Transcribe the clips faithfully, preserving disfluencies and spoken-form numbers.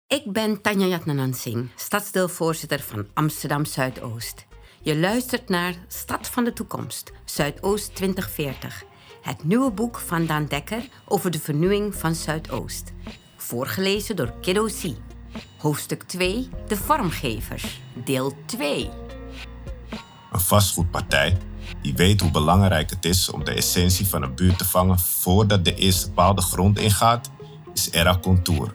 Ik ben Tanja Jatnanansing, stadsdeelvoorzitter van Amsterdam Zuidoost. Je luistert naar Stad van de Toekomst, Zuidoost twintig veertig. Het nieuwe boek van Daan Dekker over de vernieuwing van Zuidoost. Voorgelezen door Kiddo C. Hoofdstuk twee, de vormgevers, deel twee. Een vastgoedpartij die weet hoe belangrijk het is om de essentie van een buurt te vangen voordat de eerste paal de grond ingaat, is Era Contour.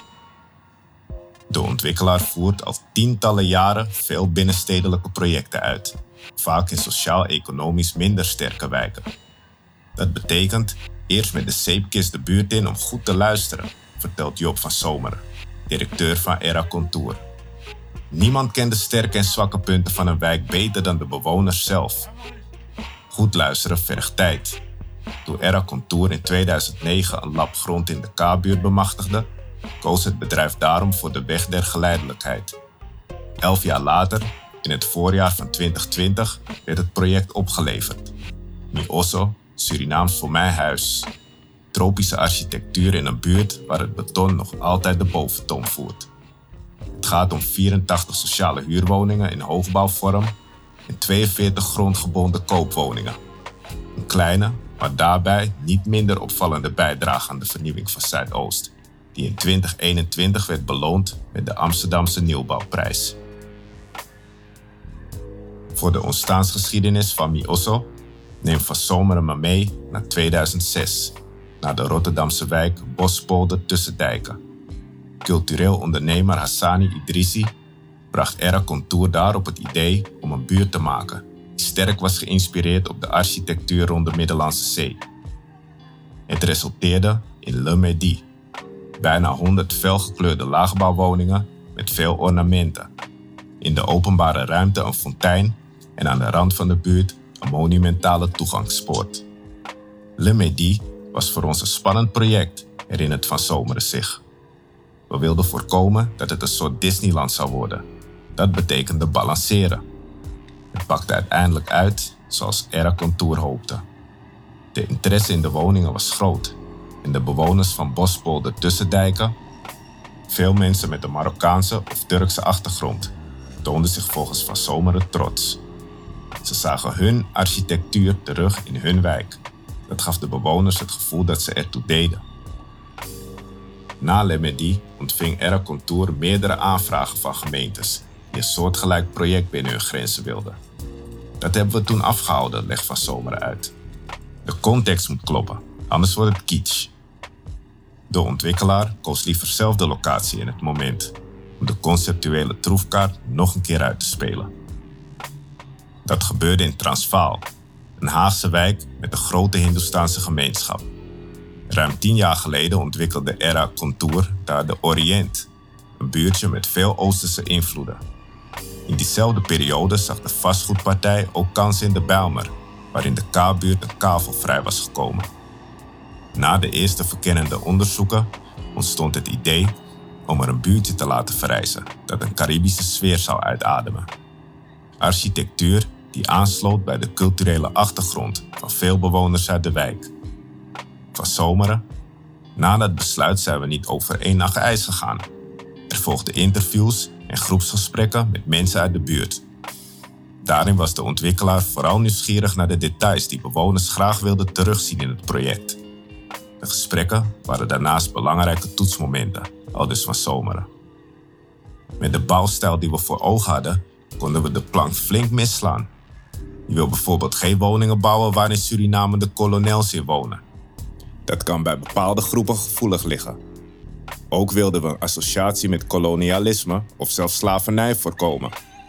De ontwikkelaar voert al tientallen jaren veel binnenstedelijke projecten uit, vaak in sociaal-economisch minder sterke wijken. Dat betekent eerst met de zeepkist de buurt in om goed te luisteren, vertelt Job van Zomeren, directeur van Era Contour. Niemand kent de sterke en zwakke punten van een wijk beter dan de bewoners zelf. Goed luisteren vergt tijd. Toen Era Contour in tweeduizend negen een lap grond in de K-buurt bemachtigde, koos het bedrijf daarom voor de weg der geleidelijkheid. Elf jaar later, in het voorjaar van twintig twintig, werd het project opgeleverd. Mi Osso, Surinaams voor mijn huis. Tropische architectuur in een buurt waar het beton nog altijd de boventoon voert. Het gaat om vierentachtig sociale huurwoningen in hoogbouwvorm en tweeënveertig grondgebonden koopwoningen. Een kleine, maar daarbij niet minder opvallende bijdrage aan de vernieuwing van Zuidoost, die in twintig eenentwintig werd beloond met de Amsterdamse Nieuwbouwprijs. Voor de ontstaansgeschiedenis van Mi Osso neemt Van Zomeren me mee naar tweeduizend zes, naar de Rotterdamse wijk Bospolder Tussendijken. Cultureel ondernemer Hassani Idrissi bracht Era Contour daar op het idee om een buurt te maken die sterk was geïnspireerd op de architectuur rond de Middellandse Zee. Het resulteerde in Le Medi, bijna honderd felgekleurde laagbouwwoningen met veel ornamenten. In de openbare ruimte een fontein en aan de rand van de buurt een monumentale toegangspoort. Le Medi was voor ons een spannend project, herinnert Van Zomeren zich. We wilden voorkomen dat het een soort Disneyland zou worden. Dat betekende balanceren. Het pakte uiteindelijk uit zoals Era Contour hoopte. De interesse in de woningen was groot en de bewoners van Bospolder Tussendijken, veel mensen met een Marokkaanse of Turkse achtergrond, toonden zich volgens Van Zomeren trots. Ze zagen hun architectuur terug in hun wijk. Dat gaf de bewoners het gevoel dat ze ertoe deden. Na Le Medi ontving Era Contour meerdere aanvragen van gemeentes die een soortgelijk project binnen hun grenzen wilden. Dat hebben we toen afgehouden, legt Van Zomeren uit. De context moet kloppen, anders wordt het kitsch. De ontwikkelaar koos liever zelf de locatie in het moment, om de conceptuele troefkaart nog een keer uit te spelen. Dat gebeurde in Transvaal, een Haagse wijk met een grote Hindoestaanse gemeenschap. Ruim tien jaar geleden ontwikkelde Era Contour daar de Oriënt, een buurtje met veel Oosterse invloeden. In diezelfde periode zag de vastgoedpartij ook kansen in de Bijlmer, waarin de K-buurt een kavel vrij was gekomen. Na de eerste verkennende onderzoeken ontstond het idee om er een buurtje te laten verrijzen dat een Caribische sfeer zou uitademen. Architectuur die aansloot bij de culturele achtergrond van veel bewoners uit de wijk. Van Zomeren. Na dat besluit zijn we niet over één nacht ijs gegaan. Er volgden interviews en groepsgesprekken met mensen uit de buurt. Daarin was de ontwikkelaar vooral nieuwsgierig naar de details die bewoners graag wilden terugzien in het project. De gesprekken waren daarnaast belangrijke toetsmomenten, aldus Van Zomeren. Met de bouwstijl die we voor ogen hadden, konden we de plank flink misslaan. Je wil bijvoorbeeld geen woningen bouwen waar in Suriname de kolonels in wonen. Dat kan bij bepaalde groepen gevoelig liggen. Ook wilden we een associatie met kolonialisme of zelfs slavernij voorkomen.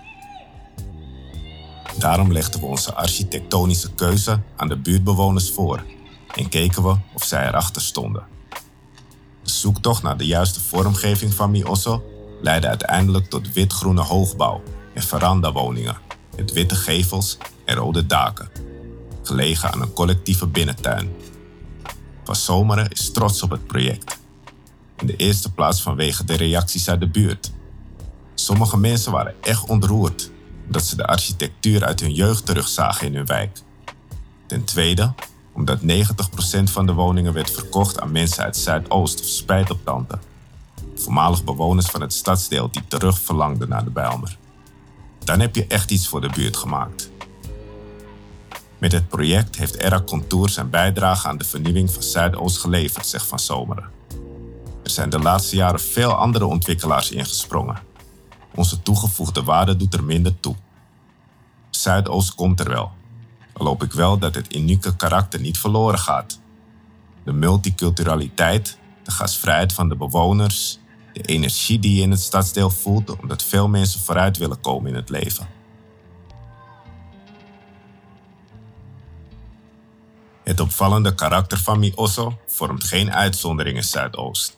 Daarom legden we onze architectonische keuze aan de buurtbewoners voor en keken we of zij erachter stonden. De zoektocht naar de juiste vormgeving van Mi Osso leidde uiteindelijk tot wit-groene hoogbouw en verandawoningen met witte gevels en rode daken, gelegen aan een collectieve binnentuin. Van Zomeren is trots op het project. In de eerste plaats vanwege de reacties uit de buurt. Sommige mensen waren echt ontroerd omdat ze de architectuur uit hun jeugd terugzagen in hun wijk. Ten tweede omdat negentig procent van de woningen werd verkocht aan mensen uit Zuidoost of spijtoptante. voormalig bewoners van het stadsdeel die terug verlangden naar de Bijlmer. Dan heb je echt iets voor de buurt gemaakt. Met het project heeft Era Contour zijn bijdrage aan de vernieuwing van Zuidoost geleverd, zegt Van Zomeren. Er zijn de laatste jaren veel andere ontwikkelaars ingesprongen. Onze toegevoegde waarde doet er minder toe. Zuidoost komt er wel. Al hoop ik wel dat het unieke karakter niet verloren gaat. De multiculturaliteit, de gastvrijheid van de bewoners, de energie die je in het stadsdeel voelt omdat veel mensen vooruit willen komen in het leven. Het opvallende karakter van Mi Osso vormt geen uitzondering in Zuidoost.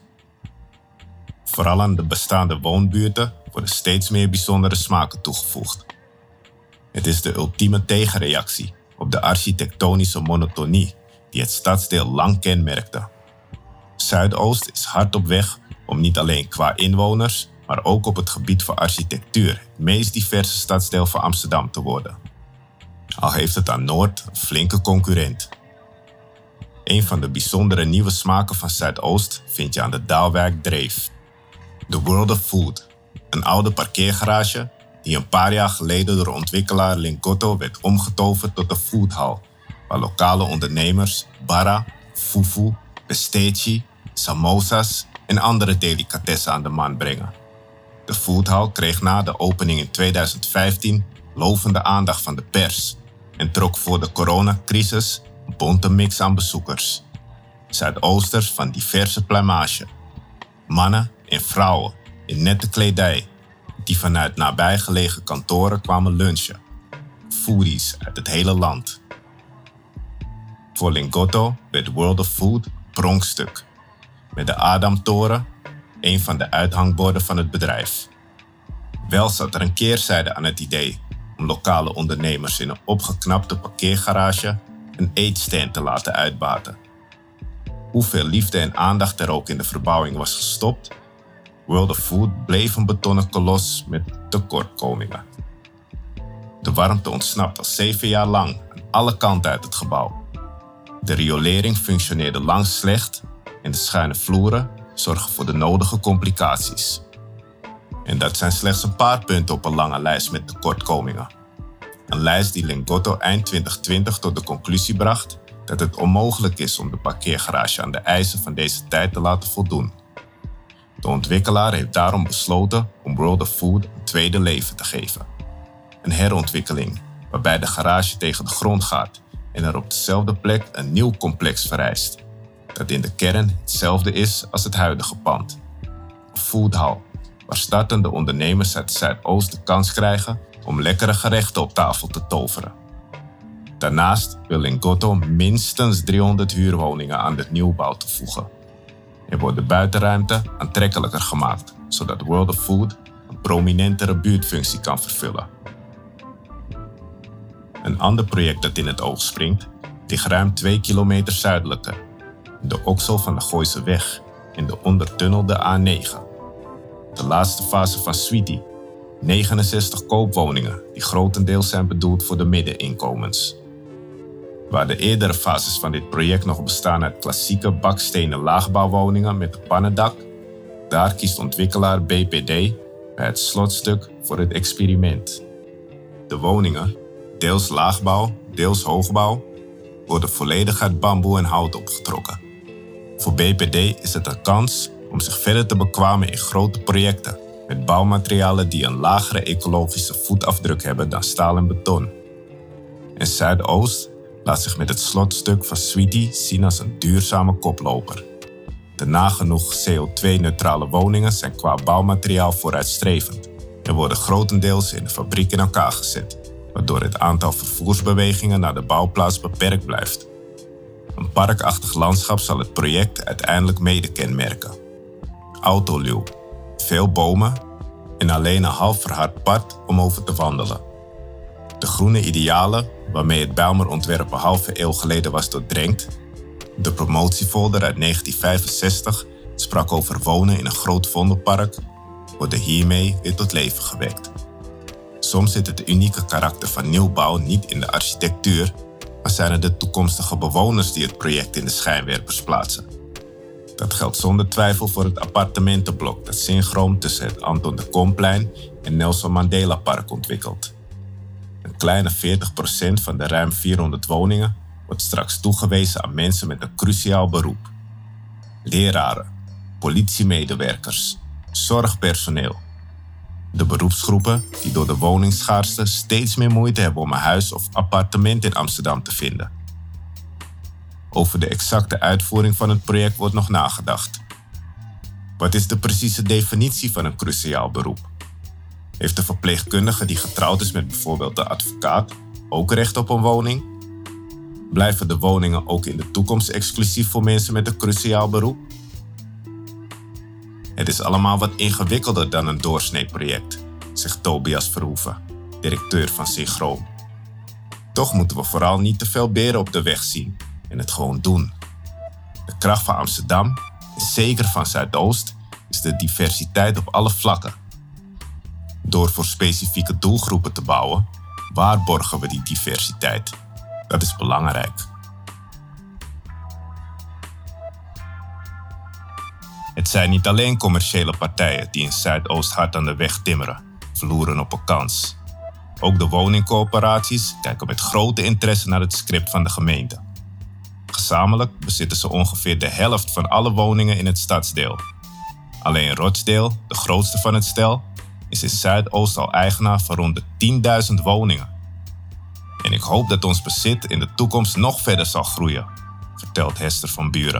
Vooral aan de bestaande woonbuurten worden steeds meer bijzondere smaken toegevoegd. Het is de ultieme tegenreactie op de architectonische monotonie die het stadsdeel lang kenmerkte. Zuidoost is hard op weg om niet alleen qua inwoners, maar ook op het gebied van architectuur het meest diverse stadsdeel van Amsterdam te worden. Al heeft het aan Noord een flinke concurrent. Een van de bijzondere nieuwe smaken van Zuidoost vind je aan de Daalwijk Dreef. The World of Food, een oude parkeergarage die een paar jaar geleden door ontwikkelaar Lingotto werd omgetoverd tot een foodhal, waar lokale ondernemers bara, fufu, pesteci, samosas en andere delicatessen aan de man brengen. De foodhal kreeg na de opening in tweeduizend vijftien lovende aandacht van de pers en trok voor de coronacrisis een bonte mix aan bezoekers. Zuidoosters van diverse pluimage. Mannen en vrouwen in nette kledij die vanuit nabijgelegen kantoren kwamen lunchen. Foodies uit het hele land. Voor Lingotto werd World of Food pronkstuk. Met de Adamtoren, een van de uithangborden van het bedrijf. Wel zat er een keerzijde aan het idee om lokale ondernemers in een opgeknapte parkeergarage een eetstand te laten uitbaten. Hoeveel liefde en aandacht er ook in de verbouwing was gestopt, World of Food bleef een betonnen kolos met tekortkomingen. De warmte ontsnapt al zeven jaar lang aan alle kanten uit het gebouw. De riolering functioneerde lang slecht en de schuine vloeren zorgen voor de nodige complicaties. En dat zijn slechts een paar punten op een lange lijst met tekortkomingen. Een lijst die Lingotto eind twintig twintig tot de conclusie bracht dat het onmogelijk is om de parkeergarage aan de eisen van deze tijd te laten voldoen. De ontwikkelaar heeft daarom besloten om World of Food een tweede leven te geven. Een herontwikkeling waarbij de garage tegen de grond gaat en er op dezelfde plek een nieuw complex verrijst, dat in de kern hetzelfde is als het huidige pand. Een foodhal, waar startende ondernemers uit Zuidoost de kans krijgen om lekkere gerechten op tafel te toveren. Daarnaast wil Lingotto minstens driehonderd huurwoningen aan de nieuwbouw toevoegen. Er wordt de buitenruimte aantrekkelijker gemaakt, zodat World of Food een prominentere buurtfunctie kan vervullen. Een ander project dat in het oog springt, ligt ruim twee kilometer zuidelijker, in de oksel van de Gooiseweg in de ondertunnelde A negen. De laatste fase van Sweetie, negenenzestig koopwoningen die grotendeels zijn bedoeld voor de middeninkomens. Waar de eerdere fases van dit project nog bestaan uit klassieke bakstenen laagbouwwoningen met een pannendak, daar kiest ontwikkelaar B P D bij het slotstuk voor het experiment. De woningen, deels laagbouw, deels hoogbouw, worden volledig uit bamboe en hout opgetrokken. Voor B P D is het een kans om zich verder te bekwamen in grote projecten met bouwmaterialen die een lagere ecologische voetafdruk hebben dan staal en beton. En Zuidoost laat zich met het slotstuk van Sweetie zien als een duurzame koploper. De nagenoeg C O twee neutrale woningen zijn qua bouwmateriaal vooruitstrevend en worden grotendeels in de fabriek in elkaar gezet, waardoor het aantal vervoersbewegingen naar de bouwplaats beperkt blijft. Een parkachtig landschap zal het project uiteindelijk mede kenmerken. Autoluw, veel bomen en alleen een half verhard pad om over te wandelen. De groene idealen waarmee het Bijlmer-ontwerp een halve eeuw geleden was doordrenkt. De promotiefolder uit negentien vijfenzestig sprak over wonen in een groot vondelpark, worden hiermee weer tot leven gewekt. Soms zit het unieke karakter van nieuwbouw niet in de architectuur, maar zijn het de toekomstige bewoners die het project in de schijnwerpers plaatsen. Dat geldt zonder twijfel voor het appartementenblok dat synchroon tussen het Anton de Komplein en Nelson Mandela Park ontwikkelt. Een kleine veertig procent van de ruim vierhonderd woningen wordt straks toegewezen aan mensen met een cruciaal beroep. Leraren, politiemedewerkers, zorgpersoneel. De beroepsgroepen die door de woningschaarste steeds meer moeite hebben om een huis of appartement in Amsterdam te vinden. Over de exacte uitvoering van het project wordt nog nagedacht. Wat is de precieze definitie van een cruciaal beroep? Heeft de verpleegkundige die getrouwd is met bijvoorbeeld de advocaat ook recht op een woning? Blijven de woningen ook in de toekomst exclusief voor mensen met een cruciaal beroep? Het is allemaal wat ingewikkelder dan een doorsneeproject, zegt Tobias Verhoeven, directeur van Synchroon. Toch moeten we vooral niet te veel beren op de weg zien en het gewoon doen. De kracht van Amsterdam, en zeker van Zuidoost, is de diversiteit op alle vlakken. Door voor specifieke doelgroepen te bouwen, waarborgen we die diversiteit. Dat is belangrijk. Het zijn niet alleen commerciële partijen die in Zuidoost hard aan de weg timmeren, vloeren op een kans. Ook de woningcoöperaties kijken met grote interesse naar het script van de gemeente. Gezamenlijk bezitten ze ongeveer de helft van alle woningen in het stadsdeel. Alleen Rochdale, de grootste van het stel, is in Zuidoost al eigenaar van rond de tienduizend woningen. En ik hoop dat ons bezit in de toekomst nog verder zal groeien, vertelt Hester van Buren.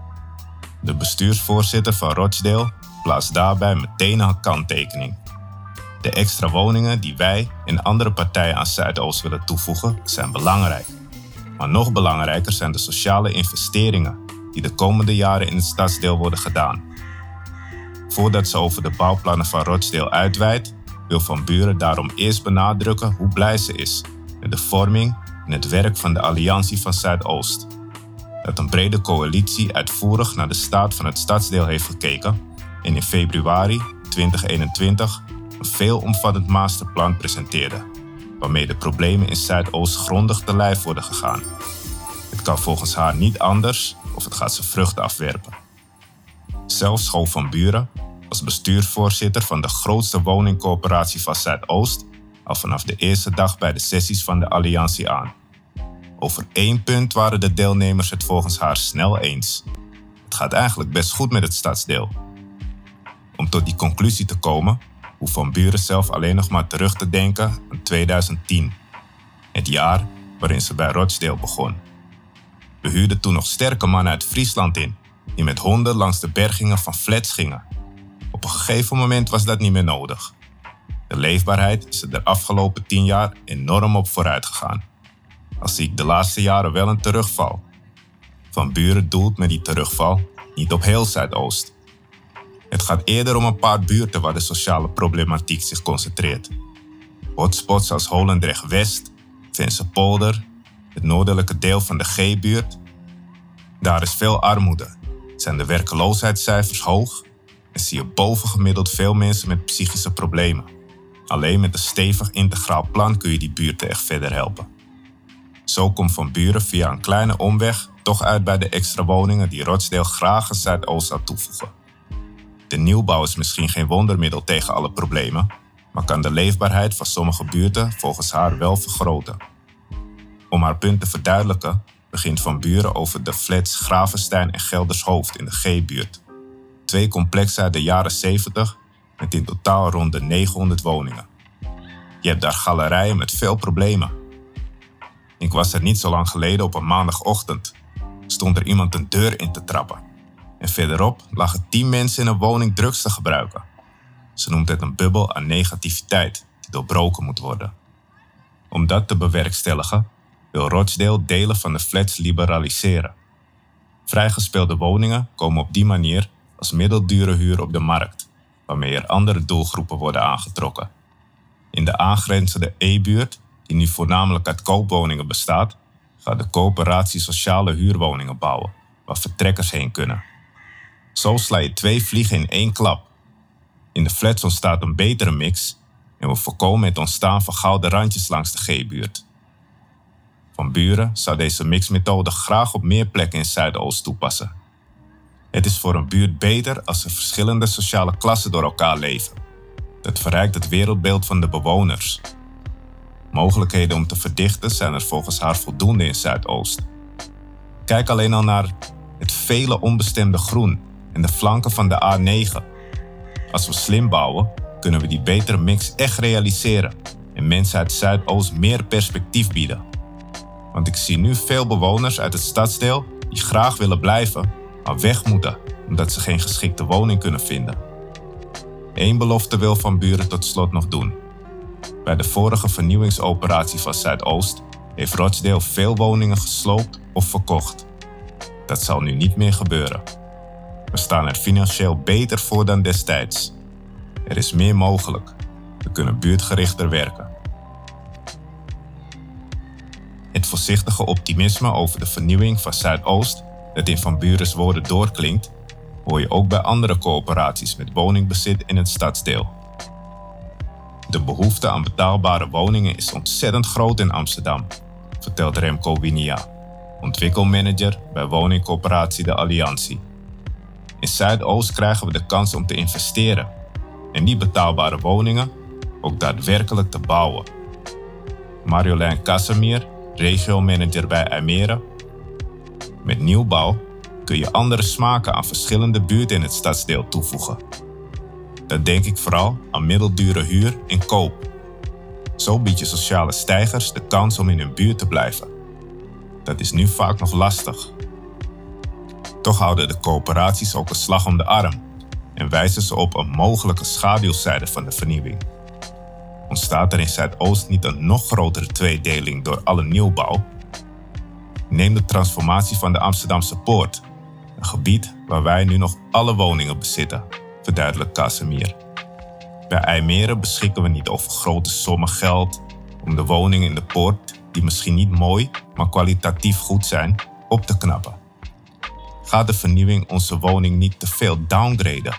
De bestuursvoorzitter van Rochdale plaatst daarbij meteen een kanttekening. De extra woningen die wij en andere partijen aan Zuidoost willen toevoegen zijn belangrijk. Maar nog belangrijker zijn de sociale investeringen die de komende jaren in het stadsdeel worden gedaan. Voordat ze over de bouwplannen van Rochdale uitweidt, wil Van Buren daarom eerst benadrukken hoe blij ze is met de vorming en het werk van de Alliantie van Zuidoost. Dat een brede coalitie uitvoerig naar de staat van het stadsdeel heeft gekeken en in februari tweeduizend eenentwintig een veelomvattend masterplan presenteerde, waarmee de problemen in Zuidoost grondig te lijf worden gegaan. Het kan volgens haar niet anders of het gaat zijn vruchten afwerpen. Zelf schoof Van Buren, als bestuursvoorzitter van de grootste woningcoöperatie van Zuidoost, al vanaf de eerste dag bij de sessies van de Alliantie aan. Over één punt waren de deelnemers het volgens haar snel eens. Het gaat eigenlijk best goed met het stadsdeel. Om tot die conclusie te komen, hoeft Van Buren zelf alleen nog maar terug te denken aan tweeduizend tien. Het jaar waarin ze bij Rochdale begon. We huurden toen nog sterke mannen uit Friesland in, die met honden langs de bergingen van flats gingen. Op een gegeven moment was dat niet meer nodig. De leefbaarheid is er de afgelopen tien jaar enorm op vooruit gegaan. Al zie ik de laatste jaren wel een terugval. Van Buren doelt met die terugval niet op heel Zuidoost. Het gaat eerder om een paar buurten waar de sociale problematiek zich concentreert. Hotspots als Holendrecht West, Vensterpolder, het noordelijke deel van de G-buurt. Daar is veel armoede, zijn de werkloosheidscijfers hoog en zie je bovengemiddeld veel mensen met psychische problemen. Alleen met een stevig integraal plan kun je die buurten echt verder helpen. Zo komt Van Buren via een kleine omweg toch uit bij de extra woningen die Rochdale graag aan Zuidoost zou toevoegen. De nieuwbouw is misschien geen wondermiddel tegen alle problemen, maar kan de leefbaarheid van sommige buurten volgens haar wel vergroten. Om haar punt te verduidelijken begint Van Buren over de flats Gravenstein en Geldershoofd in de G-buurt. Twee complexen uit de jaren zeventig met in totaal rond de negenhonderd woningen. Je hebt daar galerijen met veel problemen. Ik was er niet zo lang geleden op een maandagochtend. Stond er iemand een deur in te trappen. En verderop lagen tien mensen in een woning drugs te gebruiken. Ze noemt het een bubbel aan negativiteit die doorbroken moet worden. Om dat te bewerkstelligen wil Rochdale delen van de flats liberaliseren. Vrijgespeelde woningen komen op die manier als middeldure huur op de markt, waarmee er andere doelgroepen worden aangetrokken. In de aangrenzende E-buurt, die nu voornamelijk uit koopwoningen bestaat, gaat de coöperatie sociale huurwoningen bouwen, waar vertrekkers heen kunnen. Zo sla je twee vliegen in één klap. In de flats ontstaat een betere mix en we voorkomen het ontstaan van gouden randjes langs de G-buurt. Van Buren zou deze mixmethode graag op meer plekken in Zuidoost toepassen. Het is voor een buurt beter als er verschillende sociale klassen door elkaar leven. Dat verrijkt het wereldbeeld van de bewoners. Mogelijkheden om te verdichten zijn er volgens haar voldoende in Zuidoost. Kijk alleen al naar het vele onbestemde groen en de flanken van de A negen. Als we slim bouwen, kunnen we die betere mix echt realiseren en mensen uit Zuidoost meer perspectief bieden. Want ik zie nu veel bewoners uit het stadsdeel die graag willen blijven, maar weg moeten omdat ze geen geschikte woning kunnen vinden. Eén belofte wil Van Buren tot slot nog doen. Bij de vorige vernieuwingsoperatie van Zuidoost heeft Rochdale veel woningen gesloopt of verkocht. Dat zal nu niet meer gebeuren. We staan er financieel beter voor dan destijds. Er is meer mogelijk. We kunnen buurtgerichter werken. Het voorzichtige optimisme over de vernieuwing van Zuidoost, dat in Van Buren's woorden doorklinkt, hoor je ook bij andere coöperaties met woningbezit in het stadsdeel. De behoefte aan betaalbare woningen is ontzettend groot in Amsterdam, vertelt Remco Winia, ontwikkelmanager bij woningcoöperatie De Alliantie. In Zuidoost krijgen we de kans om te investeren en die betaalbare woningen ook daadwerkelijk te bouwen. Marjolein Casimir, regiomanager bij IJmeren. Met nieuwbouw kun je andere smaken aan verschillende buurten in het stadsdeel toevoegen. Dan denk ik vooral aan middeldure huur en koop. Zo bied je sociale stijgers de kans om in hun buurt te blijven. Dat is nu vaak nog lastig. Toch houden de coöperaties ook een slag om de arm en wijzen ze op een mogelijke schaduwzijde van de vernieuwing. Ontstaat er in Zuidoost niet een nog grotere tweedeling door alle nieuwbouw? Neem de transformatie van de Amsterdamse Poort, een gebied waar wij nu nog alle woningen bezitten, verduidelijkt Casimir. Bij IJmeren beschikken we niet over grote sommen geld om de woningen in de Poort, die misschien niet mooi, maar kwalitatief goed zijn, op te knappen. Gaat de vernieuwing onze woning niet te veel downgraden?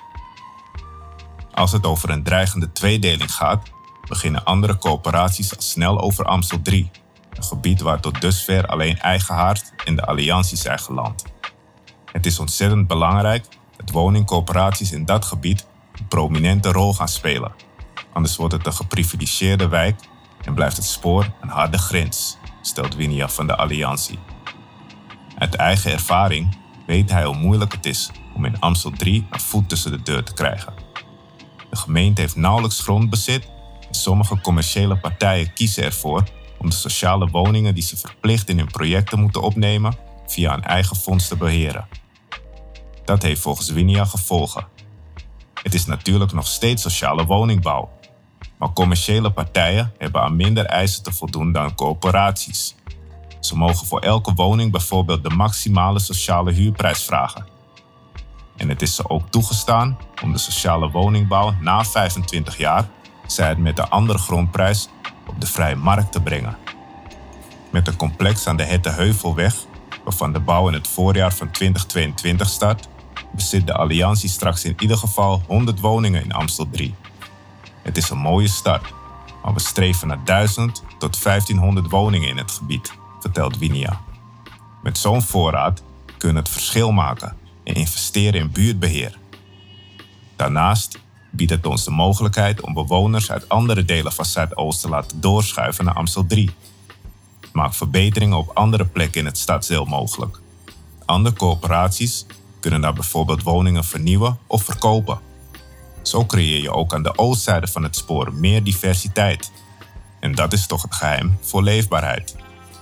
Als het over een dreigende tweedeling gaat, beginnen andere coöperaties al snel over Amstel drie, een gebied waar tot dusver alleen Eigenhaard en de Alliantie zijn geland. Het is ontzettend belangrijk dat woningcoöperaties in dat gebied een prominente rol gaan spelen. Anders wordt het een geprivilegeerde wijk en blijft het spoor een harde grens, stelt Winia van de Alliantie. Uit eigen ervaring weet hij hoe moeilijk het is om in Amstel drie een voet tussen de deur te krijgen. De gemeente heeft nauwelijks grondbezit en sommige commerciële partijen kiezen ervoor om de sociale woningen die ze verplicht in hun projecten moeten opnemen via een eigen fonds te beheren. Dat heeft volgens Winia gevolgen. Het is natuurlijk nog steeds sociale woningbouw, maar commerciële partijen hebben aan minder eisen te voldoen dan coöperaties. Ze mogen voor elke woning bijvoorbeeld de maximale sociale huurprijs vragen. En het is ze ook toegestaan om de sociale woningbouw na vijfentwintig jaar, zij het met de andere grondprijs, op de vrije markt te brengen. Met een complex aan de Hetteheuvelweg, waarvan de bouw in het voorjaar van twintig tweeëntwintig start, bezit de Alliantie straks in ieder geval honderd woningen in Amstel drie. Het is een mooie start, maar we streven naar duizend tot vijftienhonderd woningen in het gebied, vertelt Winia. Met zo'n voorraad kunnen we het verschil maken en investeren in buurtbeheer. Daarnaast biedt het ons de mogelijkheid om bewoners uit andere delen van Zuidoost te laten doorschuiven naar Amstel drie. Het maakt verbeteringen op andere plekken in het stadsdeel mogelijk. Andere coöperaties kunnen daar bijvoorbeeld woningen vernieuwen of verkopen. Zo creëer je ook aan de oostzijde van het spoor meer diversiteit. En dat is toch het geheim voor leefbaarheid.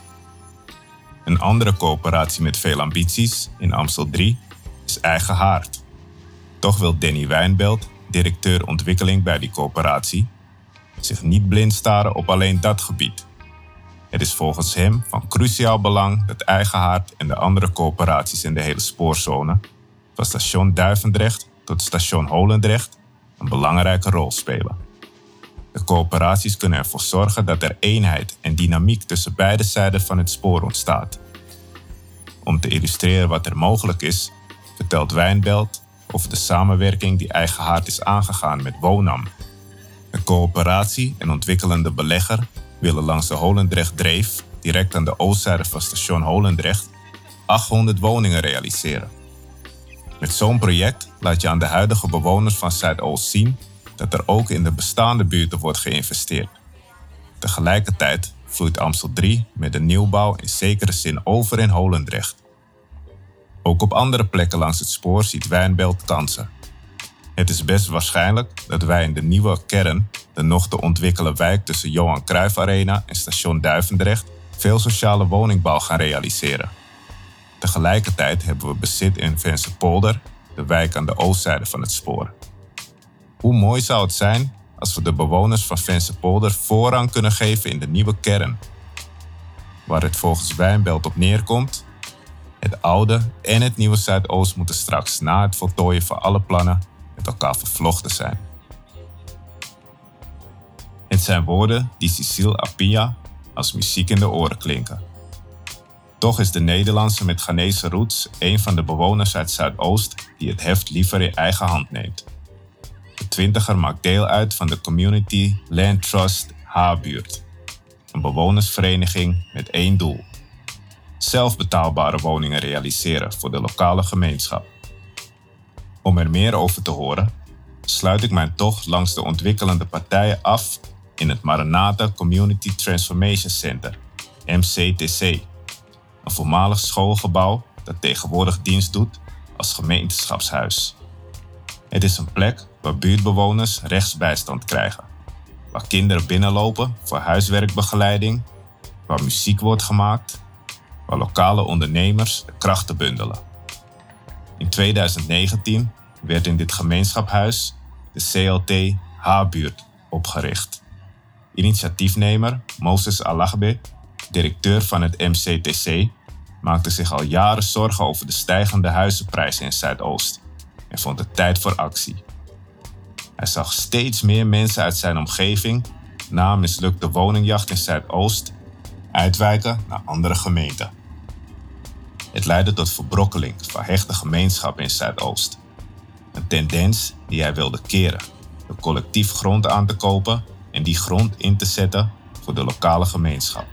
Een andere coöperatie met veel ambities in Amstel drie is Eigenhaard. Toch wil Danny Wijnbelt, directeur ontwikkeling bij die coöperatie, zich niet blind staren op alleen dat gebied. Het is volgens hem van cruciaal belang dat Eigenhaard en de andere coöperaties in de hele spoorzone, van station Duivendrecht tot station Holendrecht, een belangrijke rol spelen. De coöperaties kunnen ervoor zorgen dat er eenheid en dynamiek tussen beide zijden van het spoor ontstaat. Om te illustreren wat er mogelijk is, vertelt Wijnbelt over de samenwerking die Eigenhaard is aangegaan met Wonam. De coöperatie en ontwikkelende belegger willen langs de Holendrecht-dreef, direct aan de oostzijde van station Holendrecht, achthonderd woningen realiseren. Met zo'n project laat je aan de huidige bewoners van Zuidoost zien dat er ook in de bestaande buurten wordt geïnvesteerd. Tegelijkertijd vloeit Amstel drie met de nieuwbouw in zekere zin over in Holendrecht. Ook op andere plekken langs het spoor ziet Wijnbelt kansen. Het is best waarschijnlijk dat wij in de nieuwe kern, de nog te ontwikkelen wijk tussen Johan Cruijff Arena en station Duivendrecht, veel sociale woningbouw gaan realiseren. Tegelijkertijd hebben we bezit in Vensterpolder, de wijk aan de oostzijde van het spoor. Hoe mooi zou het zijn als we de bewoners van Vensterpolder voorrang kunnen geven in de nieuwe kern? Waar het volgens Wijnbelt op neerkomt, het oude en het nieuwe Zuidoost moeten straks na het voltooien van alle plannen met elkaar vervlochten zijn. Het zijn woorden die Cecile Appiah als muziek in de oren klinken. Toch is de Nederlandse met Ghanese roots een van de bewoners uit Zuidoost die het heft liever in eigen hand neemt. De twintiger maakt deel uit van de Community Land Trust H-buurt, een bewonersvereniging met één doel: zelf betaalbare woningen realiseren voor de lokale gemeenschap. Om er meer over te horen, sluit ik mijn tocht langs de ontwikkelende partijen af in het Maranatha Community Transformation Center, M C T C, een voormalig schoolgebouw dat tegenwoordig dienst doet als gemeenschapshuis. Het is een plek waar buurtbewoners rechtsbijstand krijgen, waar kinderen binnenlopen voor huiswerkbegeleiding, waar muziek wordt gemaakt, waar lokale ondernemers de krachten bundelen. In tweeduizend negentien werd in dit gemeenschapshuis de C L T H-buurt opgericht. Initiatiefnemer Moses Alagbe, directeur van het M C T C, maakte zich al jaren zorgen over de stijgende huizenprijzen in Zuidoost en vond het tijd voor actie. Hij zag steeds meer mensen uit zijn omgeving na een mislukte woningjacht in Zuidoost uitwijken naar andere gemeenten. Het leidde tot verbrokkeling van hechte gemeenschappen in Zuidoost. Een tendens die hij wilde keren, door collectief grond aan te kopen en die grond in te zetten voor de lokale gemeenschap.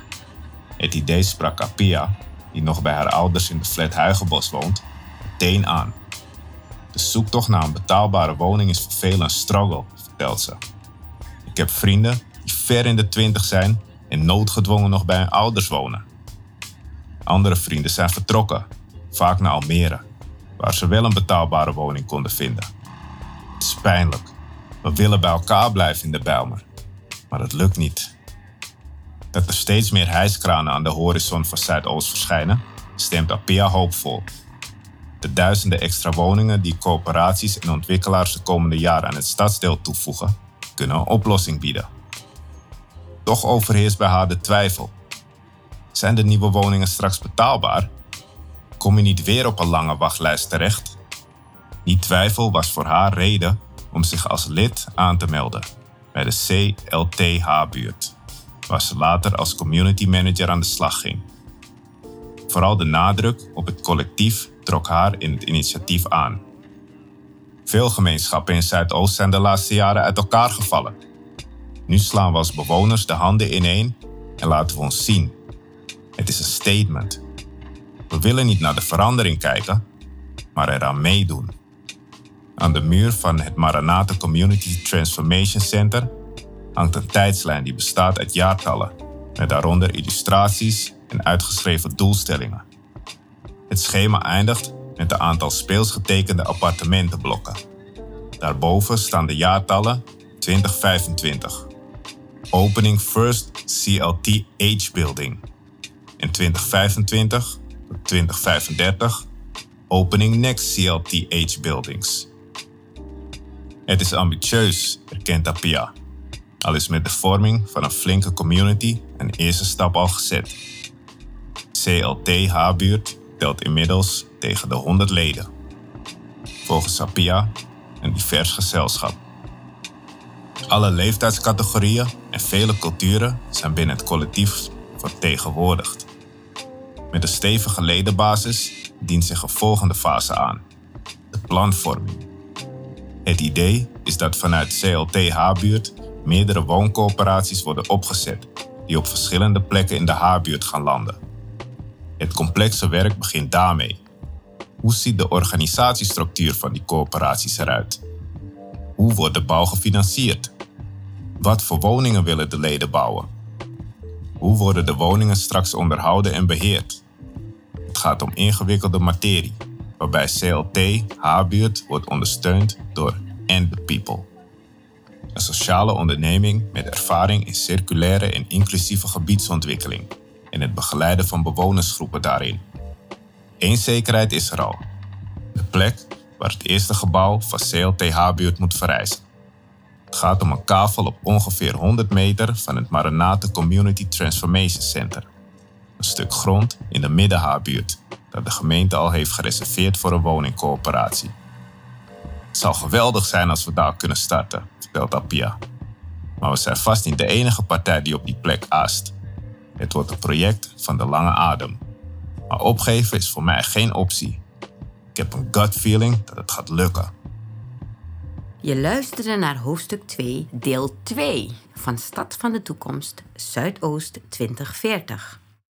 Het idee sprak Appiah, die nog bij haar ouders in de flat Huigenbos woont, meteen aan. De zoektocht naar een betaalbare woning is voor velen een struggle, vertelt ze. Ik heb vrienden die ver in de twintig zijn en noodgedwongen nog bij hun ouders wonen. Andere vrienden zijn vertrokken, vaak naar Almere, waar ze wel een betaalbare woning konden vinden. Het is pijnlijk. We willen bij elkaar blijven in de Bijlmer, maar het lukt niet. Dat er steeds meer hijskranen aan de horizon van Zuidoost verschijnen, stemt Appiah hoopvol. De duizenden extra woningen die coöperaties en ontwikkelaars de komende jaren aan het stadsdeel toevoegen, kunnen een oplossing bieden. Toch overheerst bij haar de twijfel. Zijn de nieuwe woningen straks betaalbaar? Kom je niet weer op een lange wachtlijst terecht? Die twijfel was voor haar reden om zich als lid aan te melden bij de C L T H-buurt, waar ze later als community manager aan de slag ging. Vooral de nadruk op het collectief trok haar in het initiatief aan. Veel gemeenschappen in Zuidoost zijn de laatste jaren uit elkaar gevallen. Nu slaan we als bewoners de handen ineen en laten we ons zien. Het is een statement. We willen niet naar de verandering kijken, maar eraan meedoen. Aan de muur van het Maranatha Community Transformation Center hangt een tijdslijn die bestaat uit jaartallen, met daaronder illustraties en uitgeschreven doelstellingen. Het schema eindigt met een aantal speels getekende appartementenblokken. Daarboven staan de jaartallen twintig vijfentwintig. Opening First C L T H Building. En twintig vijfentwintig tot twintig vijfendertig Opening Next C L T H Buildings. Het is ambitieus, erkent Appiah. Al is met de vorming van een flinke community een eerste stap al gezet. C L T H-buurt telt inmiddels tegen de honderd leden. Volgens Appiah een divers gezelschap. Alle leeftijdscategorieën en vele culturen zijn binnen het collectief vertegenwoordigd. Met een stevige ledenbasis dient zich een volgende fase aan: de planvorming. Het idee is dat vanuit C L T H-buurt meerdere wooncoöperaties worden opgezet die op verschillende plekken in de H-buurt gaan landen. Het complexe werk begint daarmee. Hoe ziet de organisatiestructuur van die coöperaties eruit? Hoe wordt de bouw gefinancierd? Wat voor woningen willen de leden bouwen? Hoe worden de woningen straks onderhouden en beheerd? Het gaat om ingewikkelde materie, waarbij C L T H-buurt wordt ondersteund door And the People. Een sociale onderneming met ervaring in circulaire en inclusieve gebiedsontwikkeling en het begeleiden van bewonersgroepen daarin. Eén zekerheid is er al. De plek waar het eerste gebouw van C L T H-buurt moet verrijzen. Het gaat om een kavel op ongeveer honderd meter van het Maranatha Community Transformation Center. Een stuk grond in de Midden-H-buurt dat de gemeente al heeft gereserveerd voor een woningcoöperatie. Het zou geweldig zijn als we daar kunnen starten, vertelt Appiah. Maar we zijn vast niet de enige partij die op die plek aast. Het wordt een project van de lange adem. Maar opgeven is voor mij geen optie. Ik heb een gut feeling dat het gaat lukken. Je luisterde naar hoofdstuk twee, deel twee van Stad van de Toekomst, Zuidoost twintig veertig.